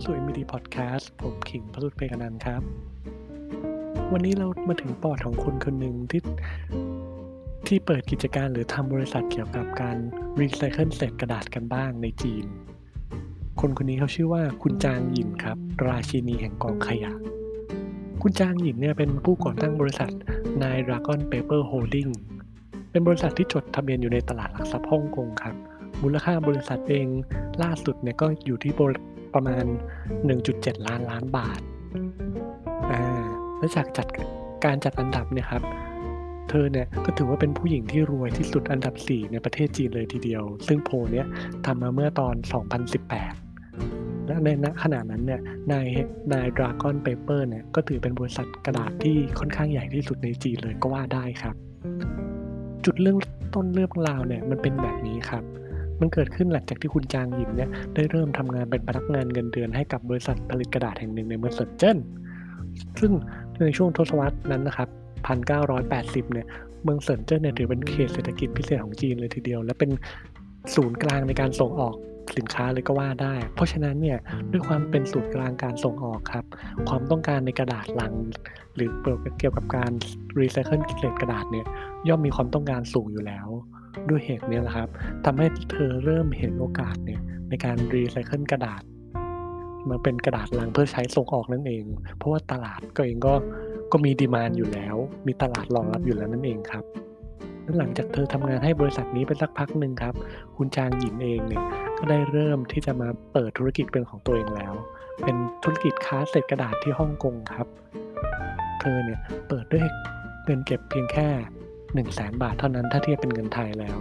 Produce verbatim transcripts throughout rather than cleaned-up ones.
สู่ เอ็ม บี ดี Podcast ผมขิง พรุษ เพกนันท์ครับวันนี้เรามาถึงปอดของคนคนหนึ่งที่ที่เปิดกิจการหรือทำบริษัทเกี่ยวกับการรีไซเคิลเศษกระดาษกันบ้างในจีนคนคนนี้เขาชื่อว่าคุณจางหยินครับราชินีแห่งกองขยะคุณจางหยินเนี่ยเป็นผู้ก่อตั้งบริษัท Nine Dragon Paper Holding เป็นบริษัทที่จดทะเบียนอยู่ในตลาดหลักทรัพย์ฮ่องกงครับมูลค่าบริษัทเองล่าสุดเนี่ยก็อยู่ที่ประมาณ หนึ่งจุดเจ็ด ล้านล้านบาทอ่าและจากจัดการจัดอันดับเนี่ยครับเธอเนี่ยก็ถือว่าเป็นผู้หญิงที่รวยที่สุดอันดับสี่ในประเทศจีนเลยทีเดียวซึ่งโพลเนี้ยทำมาเมื่อตอนสองพันสิบแปดและในณขณะนั้นเนี่ยนายนาย Dragon Paper เนี่ยก็ถือเป็นบริษัทกระดาษที่ค่อนข้างใหญ่ที่สุดในจีนเลยก็ว่าได้ครับจุดเรื่องต้นเรื่องราวเนี่ยมันเป็นแบบนี้ครับมันเกิดขึ้นหลังจากที่คุณจางหยินเนี่ยได้เริ่มทำงานเป็นพนักงานเงินเดือนให้กับบริษัทผลิตกระดาษแห่งหนึ่งในเมืองเซินเจิ้นซึ่งในช่วงทศวรรษนั้นนะครับหนึ่งพันเก้าร้อยแปดสิบเนี่ยเมืองเซินเจิ้นเนี่ยถือเป็นเขตเศรษฐกิจพิเศษของจีนเลยทีเดียวและเป็นศูนย์กลางในการส่งออกสินค้าเลยก็ว่าได้เพราะฉะนั้นเนี่ยด้วยความเป็นศูนย์กลางการส่งออกครับความต้องการในกระดาษลังหรือเกี่ยวกับการรีไซเคิลเศษกระดาษเนี่ยย่อมมีความต้องการสูงอยู่แล้วด้วยเหตุนี้แหละครับทำให้เธอเริ่มเห็นโอกาสเนี่ยในการรีไซเคิลกระดาษมาเป็นกระดาษลังเพื่อใช้ส่งออกนั่นเองเพราะว่าตลาดก็เองก็ก็มีดีมานด์อยู่แล้วมีตลาดรองรับอยู่แล้วนั่นเองครับและหลังจากเธอทำงานให้บริษัทนี้ไปสักพักหนึ่งครับคุณจางหยินเองเนี่ยก็ได้เริ่มที่จะมาเปิดธุรกิจเป็นของตัวเองแล้วเป็นธุรกิจค้าเศษกระดาษที่ฮ่องกงครับเธอเนี่ยเปิดด้วยเงินเก็บเพียงแค่หนึ่งแสนบาทเท่านั้นถ้าเทียบเป็นเงินไทยแล้ว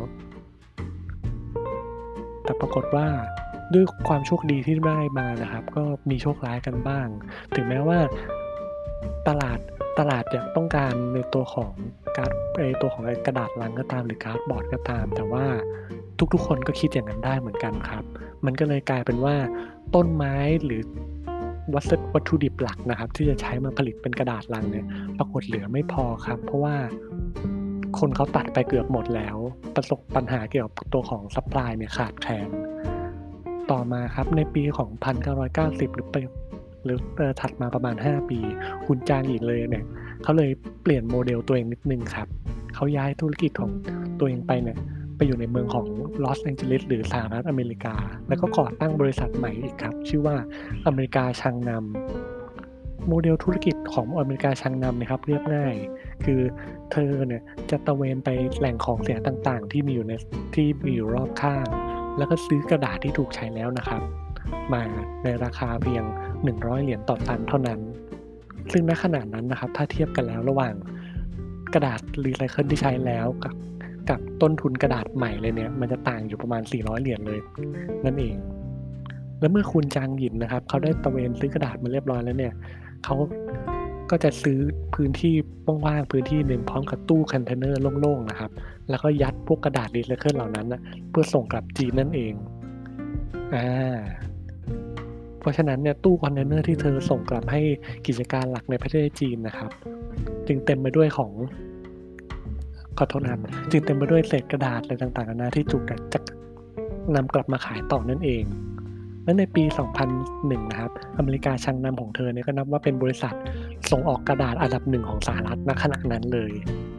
แต่ปรากฏว่าด้วยความโชคดีที่ได้มานะครับก็มีโชคร้ายกันบ้างถึงแม้ว่าตลาดตลาดเนี่ยต้องการในตัวของการ์ดไอ้ตัวของกระดาษลังก็ตามหรือการ์ดบอร์ดก็ตามแต่ว่าทุกๆคนก็คิดอย่างนั้นได้เหมือนกันครับมันก็เลยกลายเป็นว่าต้นไม้หรือวัตถุดิบหลักนะครับที่จะใช้มาผลิตเป็นกระดาษลังเนี่ยปรากฏเหลือไม่พอครับเพราะว่าคนเขาตัดไปเกือบหมดแล้วประสบปัญหาเกี่ยวกับตัวของซัพพลายเนี่ยขาดแคลนต่อมาครับในปีของหนึ่งพันเก้าร้อยเก้าสิบหรือไปหรือถัดมาประมาณห้าปีคุณจางหยินเลยเนี่ยเขาเลยเปลี่ยนโมเดลตัวเองนิดนึงครับเขาย้ายธุรกิจของตัวเองไปเนี่ยไปอยู่ในเมืองของลอสแองเจลิสหรือสหรัฐอเมริกาแล้วก็ก่อตั้งบริษัทใหม่อีกครับชื่อว่าอเมริกาชังนำโมเดลธุรกิจของอเมริกาชังนำนะครับเรียบง่ายคือเธอเนี่ยจะตะเวนไปแหล่งของเสียต่างๆที่มีอยู่ในที่มีอยู่รอบข้างแล้วก็ซื้อกระดาษที่ถูกใช้แล้วนะครับมาในราคาเพียงหนึ่งร้อยเหรียญต่อตันเท่านั้นซึ่งณขณะนั้นนะครับถ้าเทียบกันแล้วระหว่างกระดาษรีไซเคิลที่ใช้แล้วกับกับต้นทุนกระดาษใหม่เลยเนี่ยมันจะต่างอยู่ประมาณสี่ร้อยเหรียญเลยนั่นเองแล้วเมื่อคุณจางหยินนะครับเขาได้ตะเวนซื้อกระดาษมาเรียบร้อยแล้วเนี่ยเขาก็จะซื้อพื้นที่ว่างๆพื้นที่หนึ่งพร้อมกับตู้คอนเทนเนอร์โล่งๆนะครับแล้วก็ยัดพวกกระดาษรีไซเคิลเหล่านั้นนะเพื่อส่งกลับจีนนั่นเองอ่าเพราะฉะนั้นเนี่ยตู้คอนเทนเนอร์ที่เธอส่งกลับให้กิจการหลักในประเทศจีนนะครับจึงเต็มไปด้วยของขอโทษนะครับจึงเต็มไปด้วยเศษกระดาษอะไรต่างๆนานาที่ถูกจะนำกลับมาขายต่อนั่นเองและในปีสองพันหนึ่งนะครับอเมริกาชังนำของเธอเนี่ยก็นับว่าเป็นบริษัทส่งออกกระดาษอันดับหนึ่งของสหรัฐณขณะนั้นเลย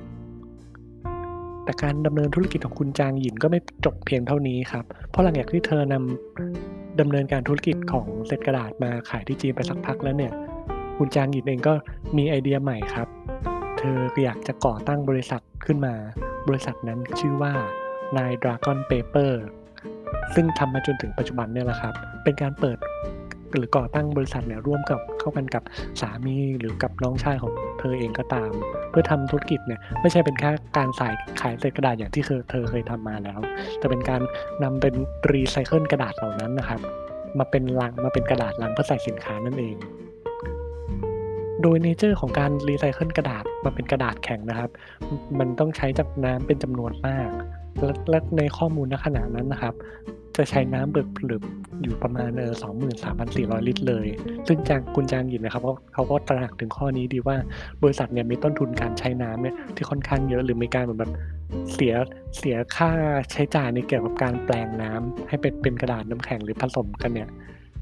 แต่การดำเนินธุรกิจของคุณจางหยินก็ไม่จบเพียงเท่านี้ครับเพราะหลังจากที่เธอนำดำเนินการธุรกิจของเศษกระดาษมาขายที่จีนไปสักพักแล้วเนี่ยคุณจางหยินเองก็มีไอเดียใหม่ครับเธออยากจะก่อตั้งบริษัทขึ้นมาบริษัทนั้นชื่อว่า Nine Dragon Paper ซึ่งทำมาจนถึงปัจจุบันเนี่ยแหละครับเป็นการเปิดหรือก่อตั้งบริษัทเนี่ยร่วมกับเข้ากันกับสามีหรือกับน้องชายของเธอเองก็ตามเพื่อทำธุรกิจเนี่ยไม่ใช่เป็นแค่การขายขายเศษกระดาษอย่างที่เธอเคยทำมาแล้วแต่เป็นการนำเป็นรีไซเคิลกระดาษเหล่านั้นนะครับมาเป็นลังมาเป็นกระดาษลังเพื่อใส่สินค้านั่นเองโดยเนเจอร์ของการรีไซเคิลกระดาษมาเป็นกระดาษแข็งนะครับมันต้องใช้จากน้ำเป็นจำนวนมากและในข้อมูลณขณะนั้นนะครับจะใช้น้ำเบิกผลึกอยู่ประมาณเออ สองหมื่นสามพันสี่ร้อย ลิตรเลยซึ่งจางคุณจางหยินนะครับเขาเขาก็ตระหนักถึงข้อนี้ดีว่าบริษัทเนี่ยมีต้นทุนการใช้น้ำเนี่ยที่ค่อนข้างเยอะหรือมีการแบบเสียเสียค่าใช้จ่ายในเกี่ยวกับการแปลงน้ำให้เป็นเป็นกระดาษน้ำแข็งหรือผสมกันเนี่ย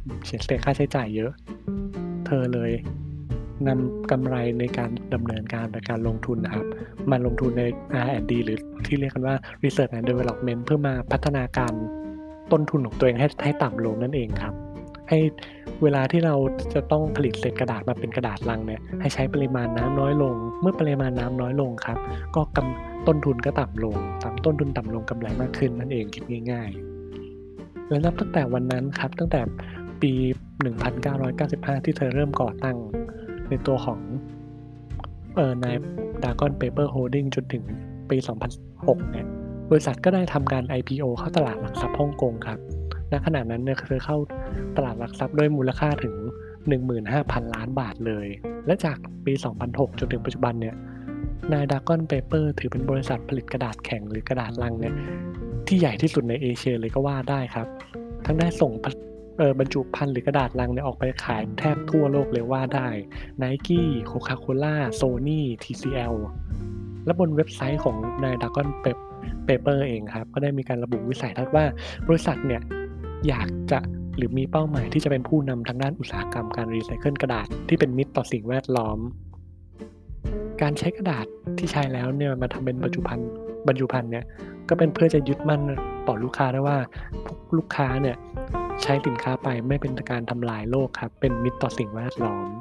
เสียเสียค่าใช้จ่ายเยอะ เธอเลยนำกำไรในการดำเนินการในการลงทุนนะครับมาลงทุนใน อาร์ แอนด์ ดี หรือที่เรียกกันว่า Research and Development เพื่อมาพัฒนาการต้นทุนของตัวเองให้ให้ต่ำลงนั่นเองครับให้เวลาที่เราจะต้องผลิตเศษกระดาษมาเป็นกระดาษลังเนี่ยให้ใช้ปริมาณน้ำน้อยลงเมื่อปริมาณน้ำน้อยลงครับก็กำต้นทุนก็ต่ำลงตามต้นทุนต่ำลงกำไรมากขึ้นนั่นเองคิดง่ายๆและนับตั้งแต่วันนั้นครับตั้งแต่ปี หนึ่งพันเก้าร้อยเก้าสิบห้า ที่เธอเริ่มก่อตั้งในตัวของเอ่อนาย Dragon Paper Holding จนถึงปี สองพันหก เนี่ยบริษัทก็ได้ทำการ ไอ พี โอ เข้าตลาดหลักทรัพย์ฮ่องกงครับณขณะนั้นเนี่ยเธอเข้าตลาดหลักทรัพย์ด้วยมูลค่าถึง หนึ่งหมื่นห้าพัน ล้านบาทเลยและจากปี สองพันหก จนถึงปัจจุบันเนี่ยนาย Dragon Paper ถือเป็นบริษัทผลิตกระดาษแข็งหรือกระดาษลังเนี่ยที่ใหญ่ที่สุดในเอเชียเลยก็ว่าได้ครับทั้งได้ส่งเอ่อบรรจุภัณฑ์หรือกระดาษลังเนี่ยออกไปขายแทบทั่วโลกเลยว่าได้ Nike Coca-Cola Sony ที ซี แอล และบนเว็บไซต์ของนาย Dragon Paper เองครับก็ได้มีการระบุวิสัยทัศน์ว่าบริษัทเนี่ยอยากจะหรือมีเป้าหมายที่จะเป็นผู้นำทางด้านอุตสาหกรรมการรีไซเคิลกระดาษที่เป็นมิตรต่อสิ่งแวดล้อมการใช้กระดาษที่ใช้แล้วเนี่ยมาทำเป็นบรรจุภัณฑ์บรรจุภัณฑ์เนี่ยก็เป็นเพื่อจะยึดมั่นต่อลูกค้าได้ว่าลูกค้าเนี่ยใช้สินค้าไปไม่เป็นการทำลายโลกครับเป็นมิตรต่อสิ่งแวดล้อม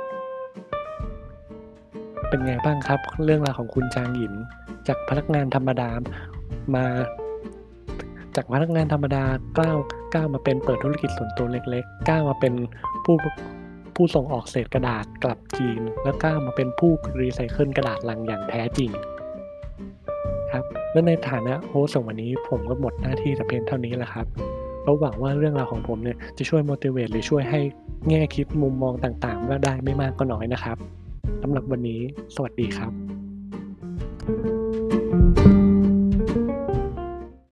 เป็นไงบ้างครับเรื่องราวของคุณจางหยินจากพนักงานธรรมดามาจากพนักงานธรรมดาก้าวก้าวมาเป็นเปิดธุรกิจส่วนตัวเล็กๆก้าวมาเป็นผู้ผู้ส่งออกเศษกระดาษกลับจีนแล้วก้าวมาเป็นผู้รีไซเคิลกระดาษลังอย่างแท้จริงครับและในฐานะโฮสต์ของวันนี้ผมก็หมดหน้าที่แต่เพียงเท่านี้แหละครับเราหวังว่าเรื่องราวของผมเนี่ยจะช่วย motivate หรือช่วยให้แง่คิดมุมมองต่างๆว่าได้ไม่มากก็น้อยนะครับสำหรับวันนี้สวัสดีครับ